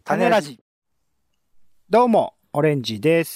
種ラジ。どうも、オレンジです。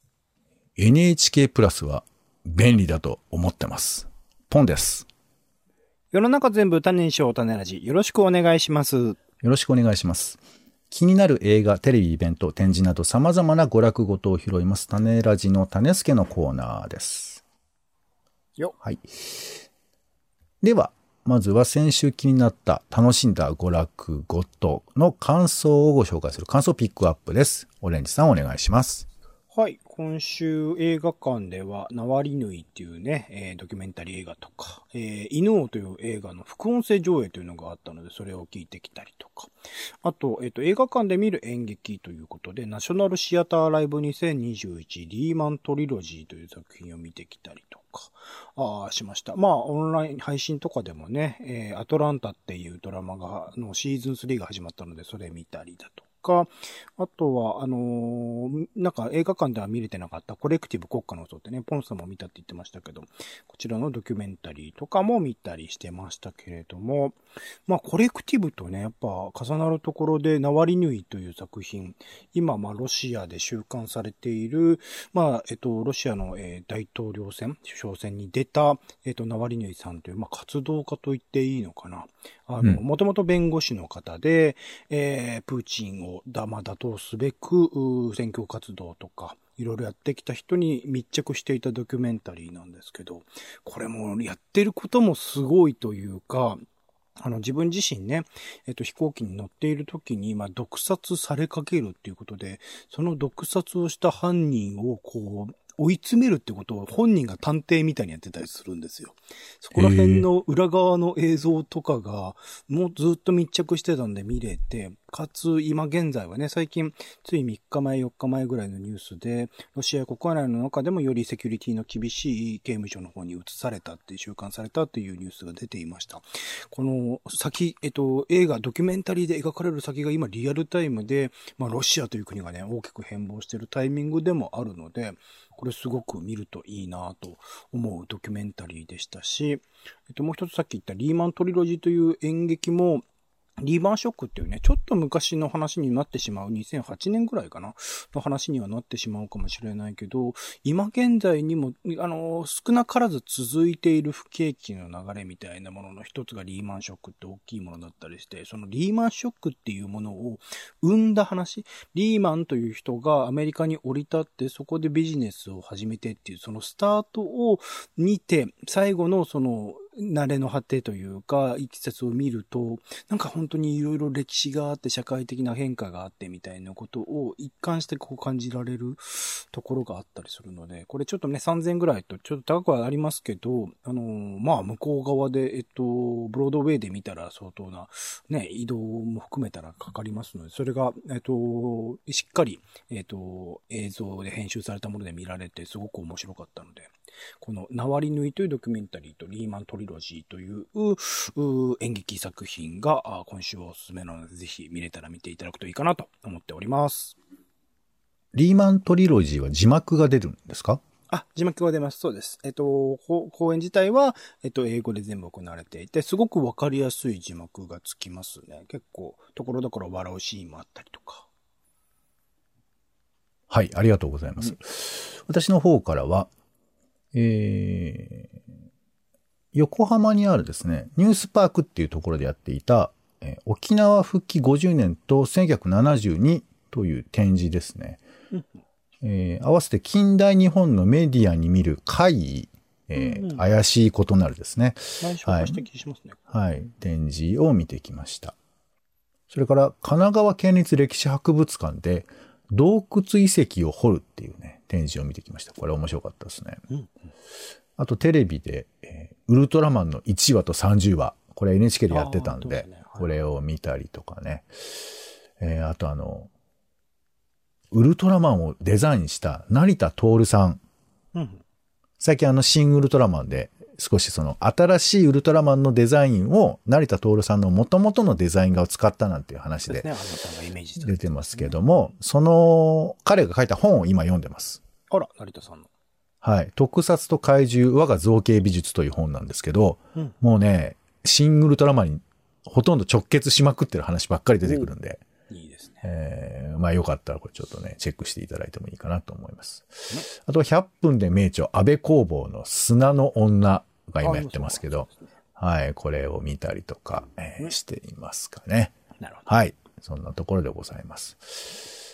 NHK プラスは便利だと思ってます。ポンです。 世の中全部種にしよう種ラジ。よろしくお願いします。 よろしくお願いします。気になる映画、テレビ、イベント、展示など様々な娯楽ごとを拾います。種ラジの種助のコーナーです。 よ。 はい。では、まずは先週気になった楽しんだ娯楽ごとの感想をご紹介する感想ピックアップです。オレンジさんお願いします。 はい。今週映画館では、ナワリヌイっていうね、ドキュメンタリー映画とか、犬王という映画の副音声上映というのがあったので、それを聞いてきたりとか。あと、映画館で見る演劇ということで、ナショナルシアターライブ2021リーマントリロジーという作品を見てきたりとか、しました。まあ、オンライン配信とかでもね、アトランタっていうドラマのシーズン3が始まったので、それ見たりだとか、あとは、なんか映画館では見れてなかったコレクティブ国家の音ってね、ポンさんも見たって言ってましたけど、こちらのドキュメンタリーとかも見たりしてましたけれども、まあコレクティブとね、やっぱ重なるところで、ナワリヌイという作品、今、ロシアで収監されている、ロシアの、大統領選、首相選に出た、ナワリヌイさんという、活動家と言っていいのかな。もともと弁護士の方で、プーチンを打倒すべく、選挙活動とか、いろいろやってきた人に密着していたドキュメンタリーなんですけど、これもやってることもすごいというか、自分自身ね、飛行機に乗っている時に、毒殺されかけるっていうことで、その毒殺をした犯人を追い詰めるってことを本人が探偵みたいにやってたりするんですよ。そこら辺の裏側の映像とかが、もうずっと密着してたんで見れて、かつ今現在はね、最近、つい3日前、4日前ぐらいのニュースで、ロシア国内の中でもよりセキュリティの厳しい刑務所の方に移されたって、収監されたっていうニュースが出ていました。この先、映画、ドキュメンタリーで描かれる先が今リアルタイムで、ロシアという国がね、大きく変貌しているタイミングでもあるので、これすごく見るといいなと思うドキュメンタリーでしたし、もう一つさっき言ったリーマントリロジーという演劇も、リーマンショックっていうね、ちょっと昔の話になってしまう、2008年ぐらいかなの話にはなってしまうかもしれないけど、今現在にも、少なからず続いている不景気の流れみたいなものの一つがリーマンショックって大きいものだったりして、そのリーマンショックっていうものを生んだ話、リーマンという人がアメリカに降り立ってそこでビジネスを始めてっていう、そのスタートを見て、最後のその、慣れの果てというか、いきさつを見ると、なんか本当にいろいろ歴史があって社会的な変化があってみたいなことを一貫して感じられるところがあったりするので、これちょっとね、3000円ぐらいとちょっと高くはありますけど、向こう側で、ブロードウェイで見たら相当な、ね、移動も含めたらかかりますので、それが、しっかり、映像で編集されたもので見られてすごく面白かったので、このナワリヌイというドキュメンタリーとリーマントリロジーという演劇作品が今週はおすすめなので、ぜひ見れたら見ていただくといいかなと思っております。 リーマントリロジーは字幕が出るんですか？ 字幕が出ます。そうです。公演自体は、英語で全部行われていて、すごくわかりやすい字幕がつきますね。結構、ところどころ笑うシーンもあったりとか。 はい、ありがとうございます。私の方からは、横浜にあるですね、ニュースパークっていうところでやっていた、沖縄復帰50年と1972という展示ですね。合わせて近代日本のメディアに見る怪異、怪しい異なるですね。 前紹介した気しますね。 はい。展示を見てきました。それから神奈川県立歴史博物館で洞窟遺跡を掘るっていうね、展示を見てきました。これ面白かったですね。あとテレビで、ウルトラマンの1話と30話、これ NHK でやってたんで、これを見たりとかね。あとウルトラマンをデザインした成田徹さん。最近新ウルトラマンで少しその新しいウルトラマンのデザインを成田徹さんの元々のデザイン画を使ったなんていう話で出てますけども、その彼が書いた本を今読んでます。 あら、成田さんの。 はい。特撮と怪獣、我が造形美術という本なんですけど、もうね、シン・ウルトラマンにほとんど直結しまくってる話ばっかり出てくるんで、 ですね。 まあよかったらこれちょっとね、チェックしていただいてもいいかなと思います。あとは100分で名著、安倍工房の砂の女が今やってますけど、はい、これを見たりとか、していますかね。 なるほど。 はい、そんなところでございます。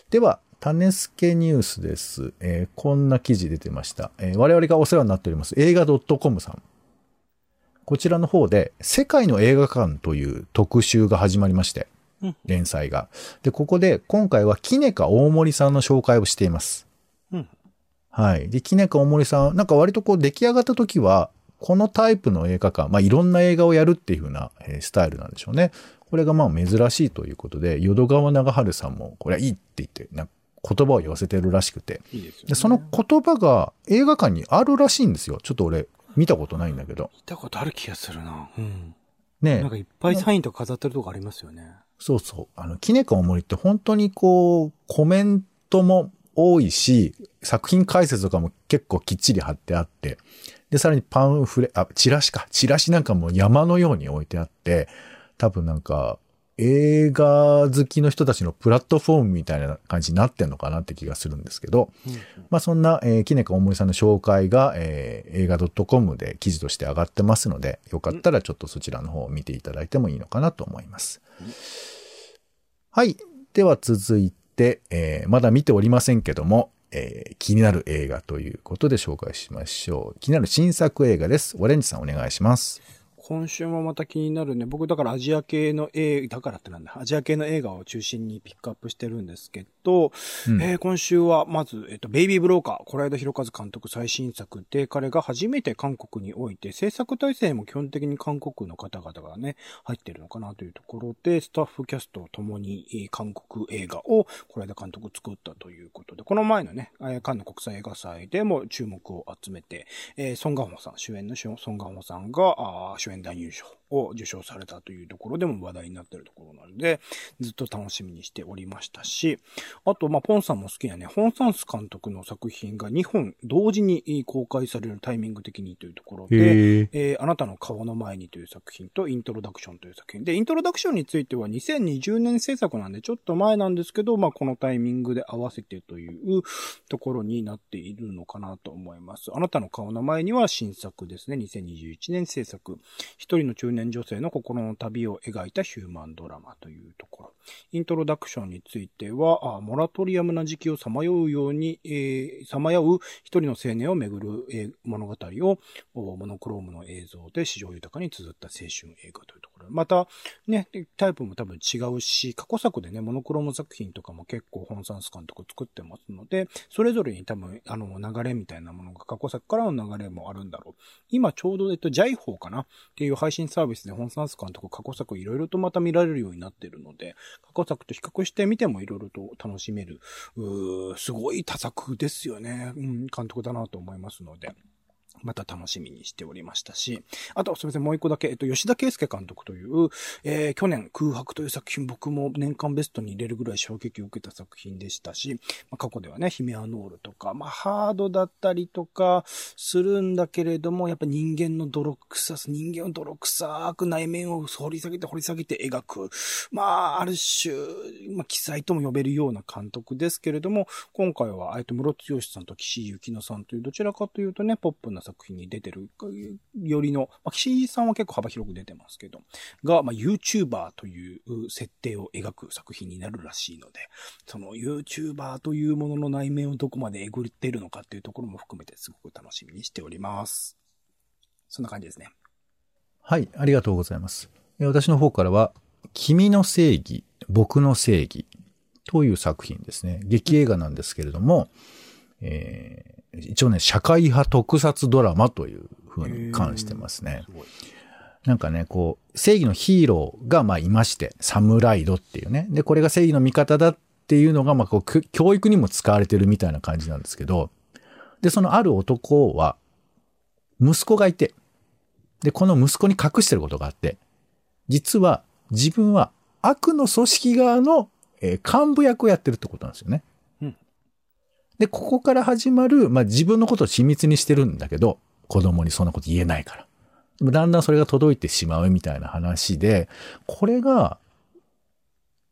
では、種付けニュースです。こんな記事出てました。我々がお世話になっております映画 .com さん。こちらの方で世界の映画館という特集が始まりまして、連載が。で、ここで今回はキネカ大森さんの紹介をしています。はい。で、キネカ大森さん、なんか割とこう出来上がった時は、このタイプの映画館、まあいろんな映画をやるっていう風なスタイルなんでしょうね。これがまあ珍しいということで、淀川長春さんもこれはいいって言って、なんか言葉を寄せてるらしくて。 いいですよね。 でその言葉が映画館にあるらしいんですよ。ちょっと俺見たことないんだけど。 見たことある気がするな。 ねえ。 なんかいっぱいサインとか飾ってるとこありますよね。 そうそう。キネカ大森って本当にこう、コメントも多いし、作品解説とかも結構きっちり貼ってあって、で、さらにパンフレ、チラシなんかも山のように置いてあって、多分なんか、映画好きの人たちのプラットフォームみたいな感じになってんのかなって気がするんですけど、まあそんな、キネカ大森さんの紹介が、映画 .com で記事として上がってますので、よかったらちょっとそちらの方を見ていただいてもいいのかなと思います。はい。では続いて、まだ見ておりませんけども、気になる映画ということで紹介しましょう。気になる新作映画です。オレンジさんお願いします。 今週もまた気になるね。僕だからアジア系の映画を中心にピックアップしてるんですけど、今週はまず、ベイビーブローカー、是枝裕和監督最新作で、彼が初めて韓国において、制作体制も基本的に韓国の方々がね、入ってるのかなというところで、スタッフキャストともに韓国映画を是枝監督作ったということで、この前のね、カンヌ国際映画祭でも注目を集めて、ソン・ガンホさん、主演のソン・ガンホさんが、主演男優賞を受賞されたというところでも話題になっているところなので、ずっと楽しみにしておりましたし、あと、ポンさんも好きなね、ホン・サンス監督の作品が2本同時に公開されるタイミング的にというところで、あなたの顔の前にという作品とイントロダクションという作品で、イントロダクションについては2020年制作なんでちょっと前なんですけど、このタイミングで合わせてというところになっているのかなと思います。あなたの顔の前には新作ですね、2021年制作。一人の中年女性の心の旅を描いたヒューマンドラマというところ。イントロダクションについては、モラトリアムな時期をさまよう一人の青年をめぐる物語をモノクロームの映像で史上豊かに綴った青春映画というところ。また、ね、タイプも多分違うし、過去作でね、モノクローム作品とかも結構ホン・サンス監督作ってますので、それぞれに多分、流れみたいなものが過去作からの流れもあるんだろう。今ちょうど、ジャイホーかなっていう配信サービスでホン・サンス監督過去作いろいろとまた見られるようになっているので、過去作と比較してみてもいろいろと楽しめる、すごい多作ですよね。監督だなと思いますので。また楽しみにしておりましたし、あと、すみません、もう一個だけ、吉田圭佑監督という、去年空白という作品、僕も年間ベストに入れるぐらい衝撃を受けた作品でしたし、過去ではね、ヒメアノールとか、ハードだったりとかするんだけれども、やっぱ人間を泥臭く内面を掘り下げて描く、ある種、奇才とも呼べるような監督ですけれども、今回は、室津義さんと岸井ゆきのさんという、どちらかというとね、ポップな作品に出てるよりの、岸井さんは結構幅広く出てますけど、が、YouTuber という設定を描く作品になるらしいので、その YouTuber というものの内面をどこまで描いているのかっていうところも含めてすごく楽しみにしております。そんな感じですね。 はい、ありがとうございます。私の方からは、君の正義、僕の正義という作品ですね。劇映画なんですけれども、一応ね、社会派特撮ドラマという風に関してますね。なんかね、こう、正義のヒーローがいまして、サムライドっていうね。で、これが正義の味方だっていうのが、こう、教育にも使われてるみたいな感じなんですけど、で、そのある男は、息子がいて、で、この息子に隠してることがあって、実は自分は悪の組織側の幹部役をやってるってことなんですよね。で、ここから始まる、自分のことを親密にしてるんだけど、子供にそんなこと言えないから。でもだんだんそれが届いてしまうみたいな話で、これが、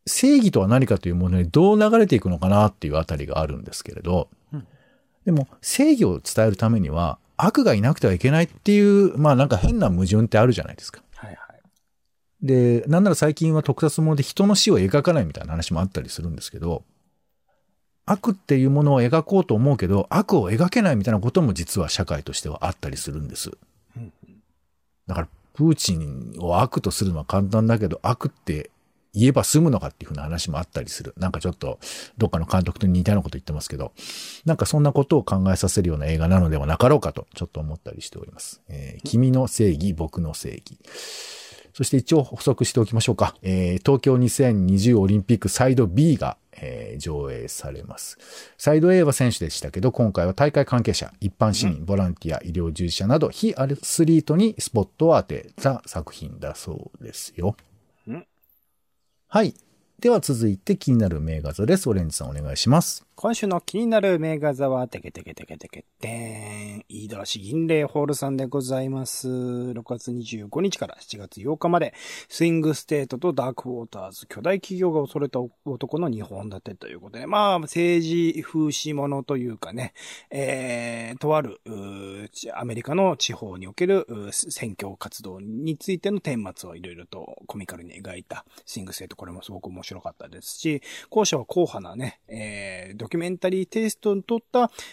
正義とは何かというものにどう流れていくのかなっていうあたりがあるんですけれど、でも正義を伝えるためには悪がいなくてはいけないっていう、まあなんか変な矛盾ってあるじゃないですか。 はいはい。 で、なんなら最近は特撮もので人の死を描かないみたいな話もあったりするんですけど、悪っていうものを描こうと思うけど、悪を描けないみたいなことも実は社会としてはあったりするんです。だから、プーチンを悪とするのは簡単だけど、悪って言えば済むのかっていうふうな話もあったりする。なんかちょっと、どっかの監督と似たようなこと言ってますけど、なんかそんなことを考えさせるような映画なのではなかろうかと、ちょっと思ったりしております。君の正義、僕の正義。そして一応補足しておきましょうか。東京2020オリンピックサイド B が、上映されます。サイド A は選手でしたけど、今回は大会関係者、一般市民、ボランティア、医療従事者など、非アスリートにスポットを当てた作品だそうですよ。はい。では続いて気になる名画座です。オレンジさんお願いします。 今週の気になる名画座は、てけてけてけてけてーん。飯田市銀霊ホールさんでございます。6月25日から7月8日まで、スイングステートとダークウォーターズ、巨大企業が恐れた男の2本立てということで、まあ、政治風刺者というかね、とある、アメリカの地方における選挙活動についての顛末をいろいろとコミカルに描いたスイングステート、これもすごく面白かったですし、後者は硬派なね、ドキュメンタリーテイストにとった、フ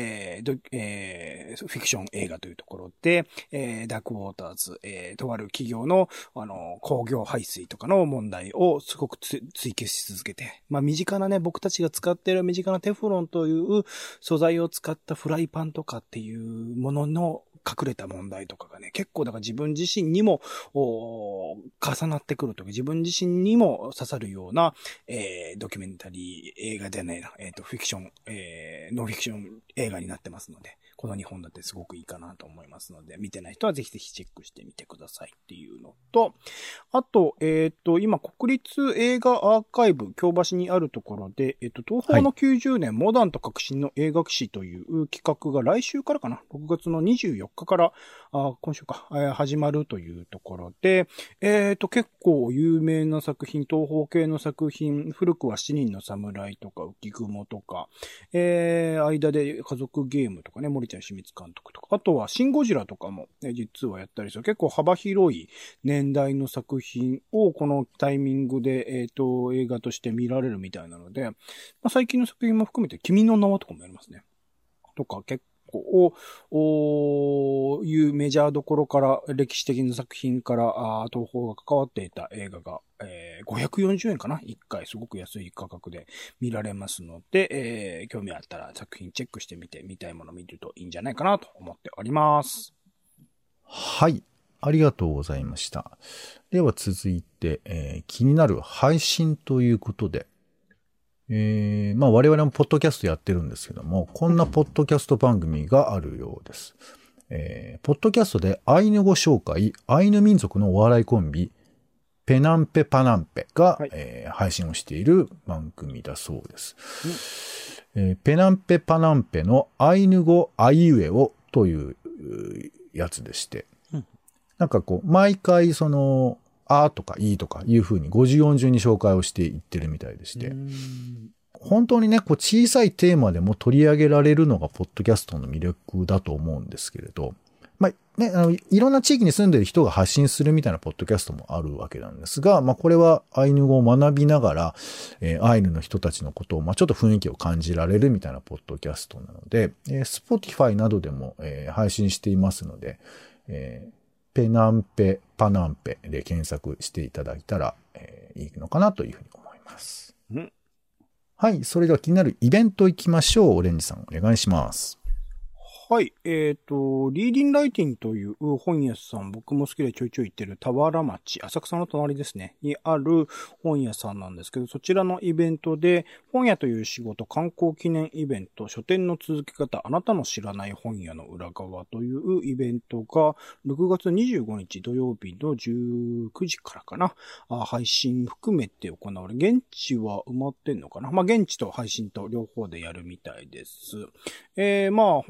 ィクション映画というところで、ダークウォーターズ、とある企業の、工業排水とかの問題をすごく追求し続けて、まあ身近なね、僕たちが使っている身近なテフロンという素材を使ったフライパンとかっていうものの隠れた問題とかがね、結構だから自分自身にも重なってくるとか、自分自身にも刺さるような、ドキュメンタリー映画ではないな、フィクション、ノンフィクション映画になってますので、この2本だってすごくいいかなと思いますので、見てない人はぜひぜひチェックしてみてくださいっていうのと、あと、今、国立映画アーカイブ、京橋にあるところで、東宝の90年、モダンと革新の映画史という企画が来週からかな、6月の24日から、今週か、始まるというところで、結構有名な作品、東宝系の作品、古くは7人の侍とか、浮雲とか、間で家族ゲームとかね、森ちゃん清水監督とか、あとはシンゴジラとかも、実はやったりする。結構幅広い年代の作品をこのタイミングで、映画として見られるみたいなので、まあ、最近の作品も含めて君の名はとかもやりますね。とか結構、いうメジャーどころから歴史的な作品から東宝が関わっていた映画が、540円かな ?1 回すごく安い価格で見られますので、興味あったら作品チェックしてみて、見たいものを見るといいんじゃないかなと思っております。 はい。ありがとうございました。では続いて、気になる配信ということで、まあ我々もポッドキャストやってるんですけども、こんなポッドキャスト番組があるようです。ポッドキャストでアイヌ語紹介、アイヌ民族のお笑いコンビ、ペナンペパナンペが、配信をしている番組だそうです。ペナンペパナンペのアイヌ語アイウエオというやつでして、なんかこう、毎回その、あとかいいとかいう風に50音順に紹介をしていってるみたいでして、本当にね、こう小さいテーマでも取り上げられるのがポッドキャストの魅力だと思うんですけれど、まあね、いろんな地域に住んでる人が発信するみたいなポッドキャストもあるわけなんですが、まあこれはアイヌ語を学びながら、アイヌの人たちのことを、まあちょっと雰囲気を感じられるみたいなポッドキャストなので、Spotify などでも、配信していますので、ペナンペ、パナンペで検索していただいたら、いいのかなというふうに思います。はい。それでは気になるイベント行きましょう。オレンジさんお願いします。 はい。リーディンライティンという本屋さん、僕も好きでちょいちょい行ってる田原町、浅草の隣ですね、にある本屋さんなんですけど、そちらのイベントで、本屋という仕事観光記念イベント、書店の続け方、あなたの知らない本屋の裏側というイベントが、6月25日土曜日の19時からかな、配信含めて行われ、現地は埋まってんのかな、まあ、現地と配信と両方でやるみたいです。まあ、本屋という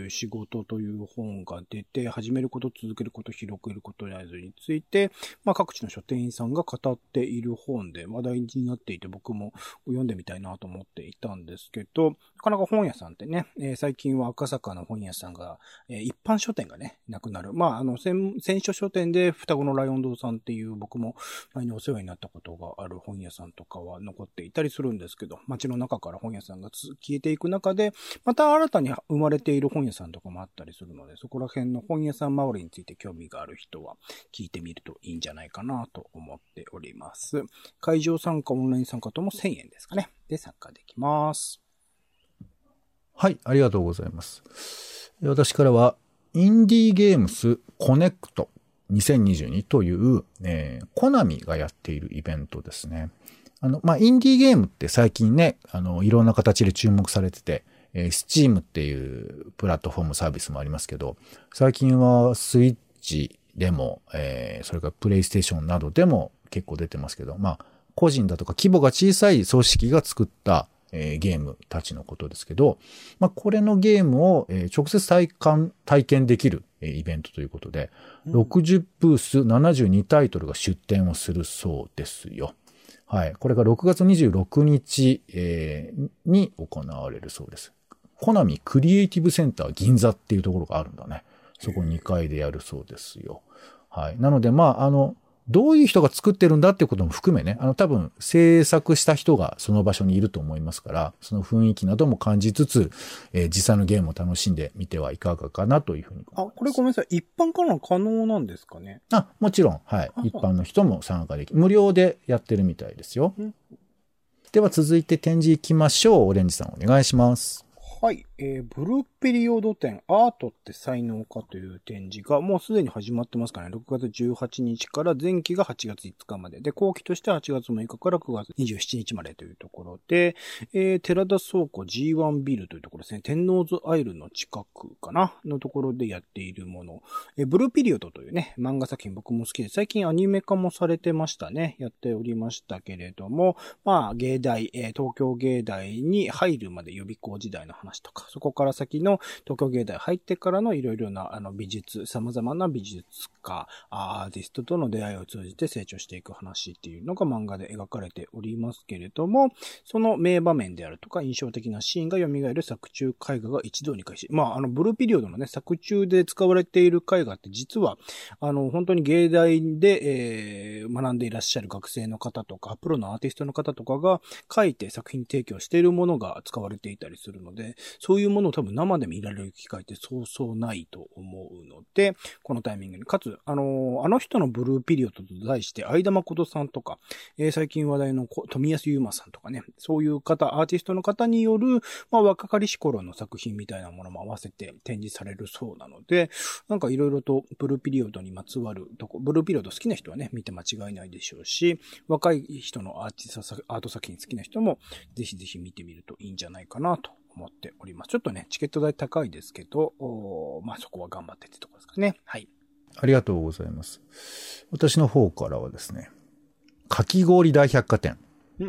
いう仕事という本が出て、始めること、続けること、広げることなどについて、各地の書店員さんが語っている本で話題になっていて、僕も読んでみたいなと思っていたんですけど、なかなか本屋さんってね、最近は赤坂の本屋さんが、一般書店がね、なくなる。先書書店で双子のライオン堂さんっていう僕も前にお世話になったことがある本屋さんとかは残っていたりするんですけど、街の中から本屋さんが消えていく中で、また新たに生まれている本屋さんとかもあったりするので、そこら辺の本屋さん周りについて興味がある人は聞いてみるといいんじゃないかなと思っております。会場参加、オンライン参加とも1000円ですかね。で参加できます。 はい、ありがとうございます。私からは、インディーゲームスコネクト2022という、コナミがやっているイベントですね。インディーゲームって最近ね、いろんな形で注目されてて、Steam っていうプラットフォームサービスもありますけど、最近はスイッチでも、それからプレイステーションなどでも結構出てますけど、個人だとか規模が小さい組織が作った、ゲームたちのことですけど、これのゲームを、直接体験できる、イベントということで、60ブース72タイトルが出展をするそうですよ。はい。これが6月26日、に行われるそうです。コナミクリエイティブセンター銀座っていうところがあるんだね。そこ2階でやるそうですよ。はい。なので、どういう人が作ってるんだっていうことも含めね、多分制作した人がその場所にいると思いますから、その雰囲気なども感じつつ、実際のゲームを楽しんでみてはいかがかなというふうに思います。 これごめんなさい。一般から可能なんですかね？ もちろん、はい。一般の人も参加できる。無料でやってるみたいですよ。では続いて展示行きましょう。オレンジさんお願いします。 はい。ブルーピリオド展、アートって才能かという展示がもうすでに始まってますからね。6月18日から前期が8月5日まで。で、後期としては8月6日から9月27日までというところで、寺田倉庫 G1 ビルというところですね。天王洲アイルの近くかなのところでやっているもの。ブルーピリオドというね、漫画作品僕も好きで、最近アニメ化もされてましたね。やっておりましたけれども、芸大、東京芸大に入るまで予備校時代の話とか、そこから先の東京芸大入ってからのいろいろな美術、様々な美術家、アーティストとの出会いを通じて成長していく話っていうのが漫画で描かれておりますけれども、その名場面であるとか印象的なシーンが蘇る作中絵画が一堂に会し、ブルーピリオドのね、作中で使われている絵画って実は、本当に芸大で、学んでいらっしゃる学生の方とか、プロのアーティストの方とかが描いて作品提供しているものが使われていたりするので、そういうものを多分生で見られる機会ってそうそうないと思うので、このタイミングに。かつ、あの人のブルーピリオドと題して、相田誠さんとか、最近話題の富安優馬さんとかね、そういう方、アーティストの方による、若かりし頃の作品みたいなものも合わせて展示されるそうなので、なんかいろいろとブルーピリオドにまつわるとこ、ブルーピリオド好きな人はね、見て間違いないでしょうし、若い人のアート作品好きな人も、ぜひぜひ見てみるといいんじゃないかなと思っております。ちょっとね、チケット代高いですけど、そこは頑張ってってところですかね。はい。 ありがとうございます。私の方からはですね、かき氷大百科展。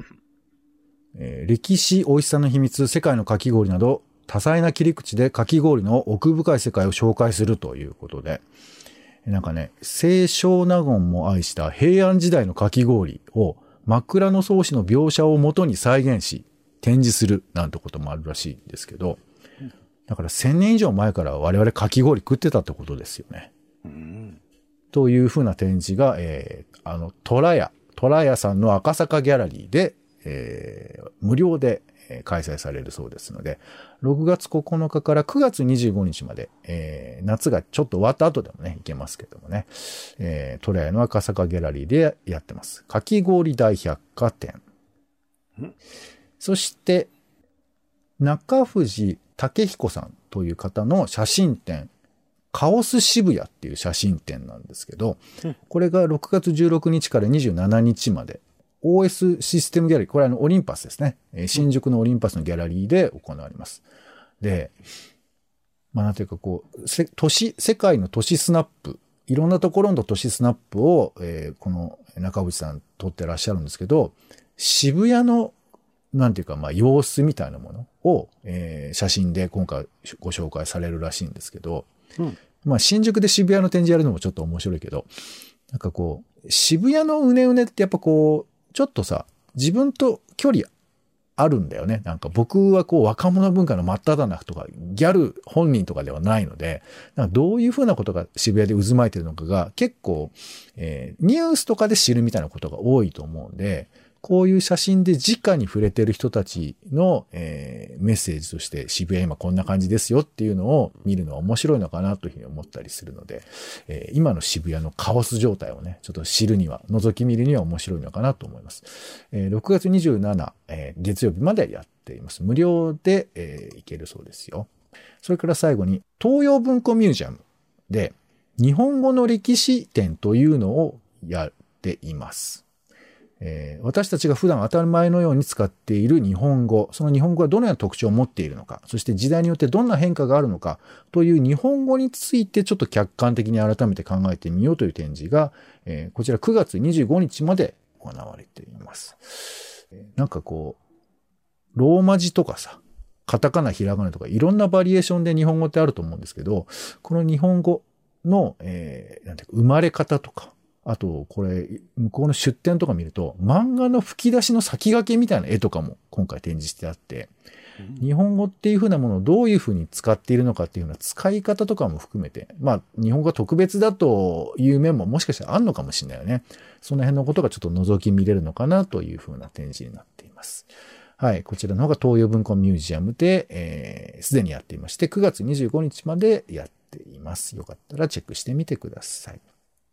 歴史、美味しさの秘密、世界のかき氷など、多彩な切り口でかき氷の奥深い世界を紹介するということで、なんかね、清少納言も愛した平安時代のかき氷を枕草子の描写をもとに再現し、展示するなんてこともあるらしいんですけど、だから1000年以上前から我々かき氷食ってたってことですよね。というふうな展示が、トラヤさんの赤坂ギャラリーで、無料で開催されるそうですので、6月9日から9月25日まで、夏がちょっと終わった後でもね、行けますけどもね、トラヤの赤坂ギャラリーでやってます。かき氷大百科展。そして、中藤武彦さんという方の写真展、カオス渋谷っていう写真展なんですけど、これが6月16日から27日まで、OS システムギャラリー、これはオリンパスですね。新宿のオリンパスのギャラリーで行われます。で、なんていうか世界の都市スナップ、いろんなところの都市スナップを、この中渕さん撮ってらっしゃるんですけど、渋谷のなんていうか、様子みたいなものを、写真で今回ご紹介されるらしいんですけど、新宿で渋谷の展示やるのもちょっと面白いけど、なんかこう、渋谷のうねうねってやっぱこう、ちょっとさ、自分と距離あるんだよね。なんか僕はこう若者文化の真っ只中とか、ギャル本人とかではないので、なんかどういうふうなことが渋谷で渦巻いてるのかが結構、ニュースとかで知るみたいなことが多いと思うんで、こういう写真で直に触れてる人たちの、メッセージとして渋谷今こんな感じですよっていうのを見るのは面白いのかなというふうに思ったりするので、今の渋谷のカオス状態をね、ちょっと知るには、覗き見るには面白いのかなと思います。6月27、月曜日までやっています。無料で、行けるそうですよ。それから最後に、東洋文庫ミュージアムで日本語の歴史展というのをやっています。私たちが普段当たり前のように使っている日本語、その日本語がどのような特徴を持っているのか、そして時代によってどんな変化があるのかという日本語についてちょっと客観的に改めて考えてみようという展示が、こちら9月25日まで行われています。なんかこう、ローマ字とかさ、カタカナ、ひらがなとかいろんなバリエーションで日本語ってあると思うんですけど、この日本語の、なんていうか生まれ方とか、あと、これ、向こうの出展とか見ると、漫画の吹き出しの先駆けみたいな絵とかも今回展示してあって、日本語っていう風なものをどういう風に使っているのかっていうような使い方とかも含めて、日本語が特別だという面ももしかしたらあるのかもしれないよね。その辺のことがちょっと覗き見れるのかなという風な展示になっています。はい。こちらの方が東洋文庫ミュージアムで、すでにやっていまして、9月25日までやっています。よかったらチェックしてみてください。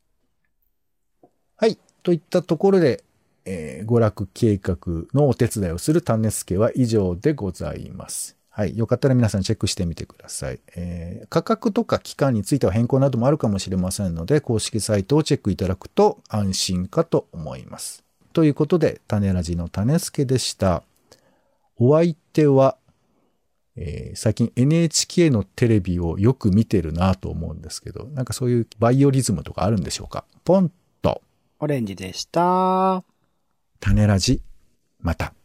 はい。といったところで、娯楽計画のお手伝いをする種助は以上でございます。はい。よかったら皆さんチェックしてみてください。価格とか期間については変更などもあるかもしれませんので、公式サイトをチェックいただくと安心かと思います。ということで、種ラジの種助でした。お相手は、最近 NHK のテレビをよく見てるなと思うんですけど、なんかそういうバイオリズムとかあるんでしょうか。ポンと。 オレンジでした。 種ラジ、また。